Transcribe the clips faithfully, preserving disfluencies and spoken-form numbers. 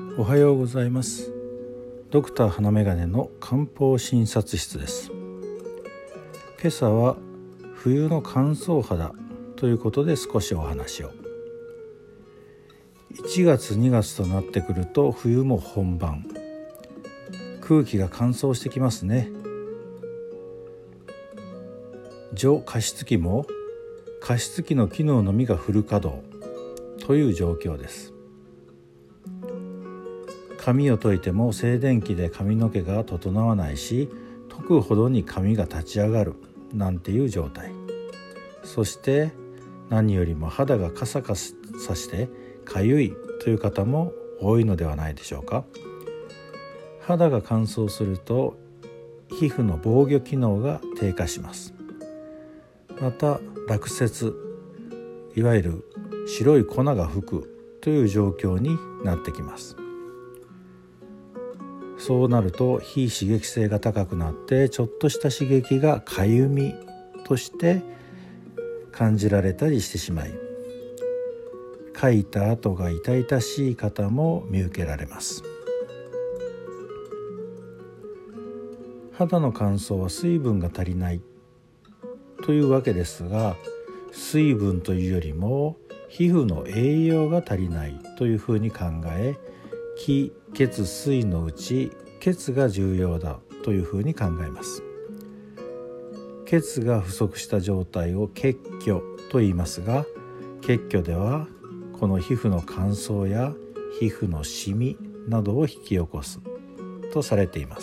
おはようございます。ドクター花眼鏡の漢方診察室です。今朝は冬の乾燥肌ということで少しお話を。いちがつにがつとなってくると冬も本番、空気が乾燥してきますね。除加湿器も加湿器の機能のみがフル稼働という状況です。髪を解いても静電気で髪の毛が整わないし、解くほどに髪が立ち上がるなんていう状態。そして何よりも肌がカサカサしてかゆいという方も多いのではないでしょうか。肌が乾燥すると皮膚の防御機能が低下します。また落雪、いわゆる白い粉が吹くという状況になってきます。そうなると非刺激性が高くなって、ちょっとした刺激がかゆみとして感じられたりしてしまい、かいた跡が痛々しい方も見受けられます。肌の乾燥は水分が足りないというわけですが、水分というよりも皮膚の栄養が足りないというふうに考え、気・血・水のうち血が重要だというふうに考えます。血が不足した状態を血虚と言いますが、血虚ではこの皮膚の乾燥や皮膚のシミなどを引き起こすとされています。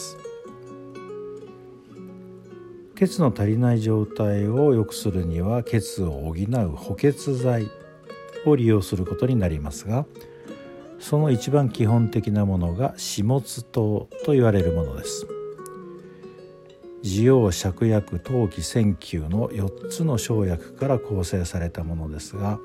血の足りない状態を良くするには、血を補う補血剤を利用することになりますが、その一番基本的なものが始末糖と言われるものです。滋養、芍薬、当帰、線灸のよっつの生薬から構成されたものですが、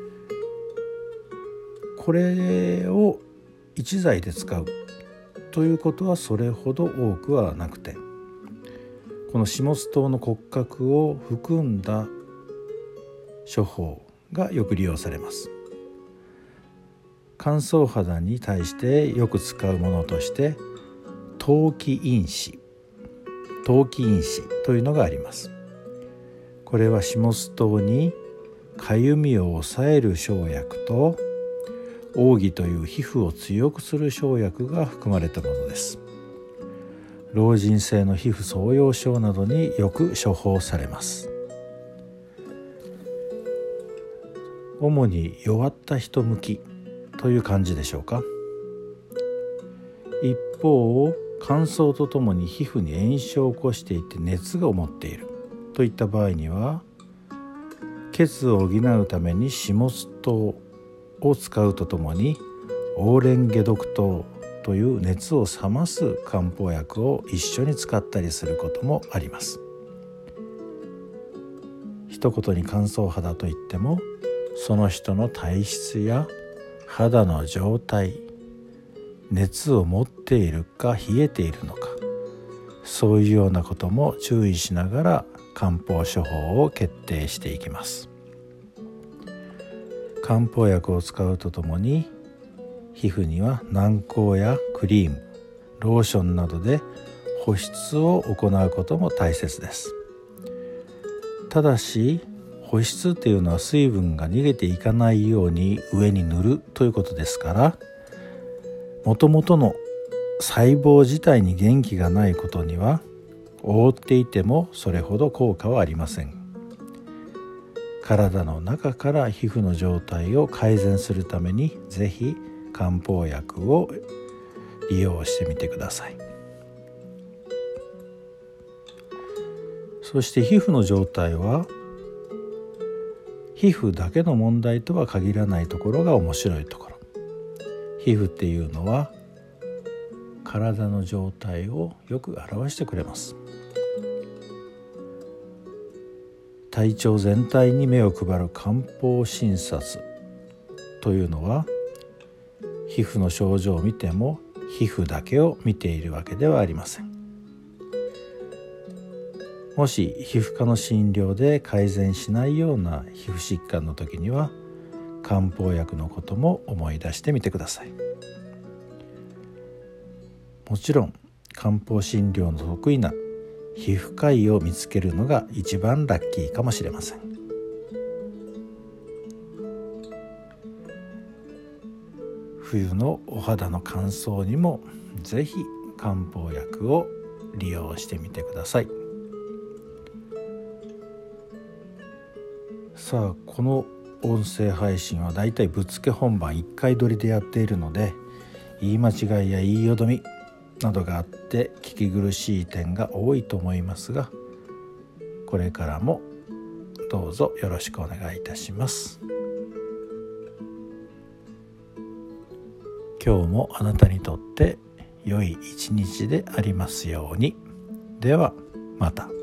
これを一剤で使うということはそれほど多くはなくて、この始末糖の骨格を含んだ処方がよく利用されます。乾燥肌に対してよく使うものとして、当帰因子当帰因子というのがあります。これは始末糖にかゆみを抑える生薬と奥義という皮膚を強くする生薬が含まれたものです。老人性の皮膚総葉症などによく処方されます。主に弱った人向きという感じでしょうか。一方、乾燥とともに皮膚に炎症を起こしていて熱が思っているといった場合には、血を補うために始末糖を使うとともにオーレン解毒糖という熱を冷ます漢方薬を一緒に使ったりすることもあります。一言に乾燥肌といっても、その人の体質や肌の状態、熱を持っているか冷えているのか、そういうようなことも注意しながら漢方処方を決定していきます。漢方薬を使うとともに、皮膚には軟膏やクリーム、ローションなどで保湿を行うことも大切です。ただし、保湿っていうのは水分が逃げていかないように上に塗るということですから、もともとの細胞自体に元気がないことには、覆っていてもそれほど効果はありません。体の中から皮膚の状態を改善するために、ぜひ漢方薬を利用してみてください。そして皮膚の状態は皮膚だけの問題とは限らないところが面白いところ。皮膚っていうのは体の状態をよく表してくれます。体調全体に目を配る漢方診察というのは、皮膚の症状を見ても皮膚だけを見ているわけではありません。もし皮膚科の診療で改善しないような皮膚疾患の時には、漢方薬のことも思い出してみてください。 もちろん漢方診療の得意な皮膚科医を見つけるのが一番ラッキーかもしれません。冬のお肌の乾燥にもぜひ漢方薬を利用してみてください。さあ、この音声配信はだいたいぶっつけ本番いっかい撮りでやっているので、言い間違いや言いよどみなどがあって聞き苦しい点が多いと思いますが、これからもどうぞよろしくお願いいたします。今日もあなたにとって良い一日でありますように。ではまた。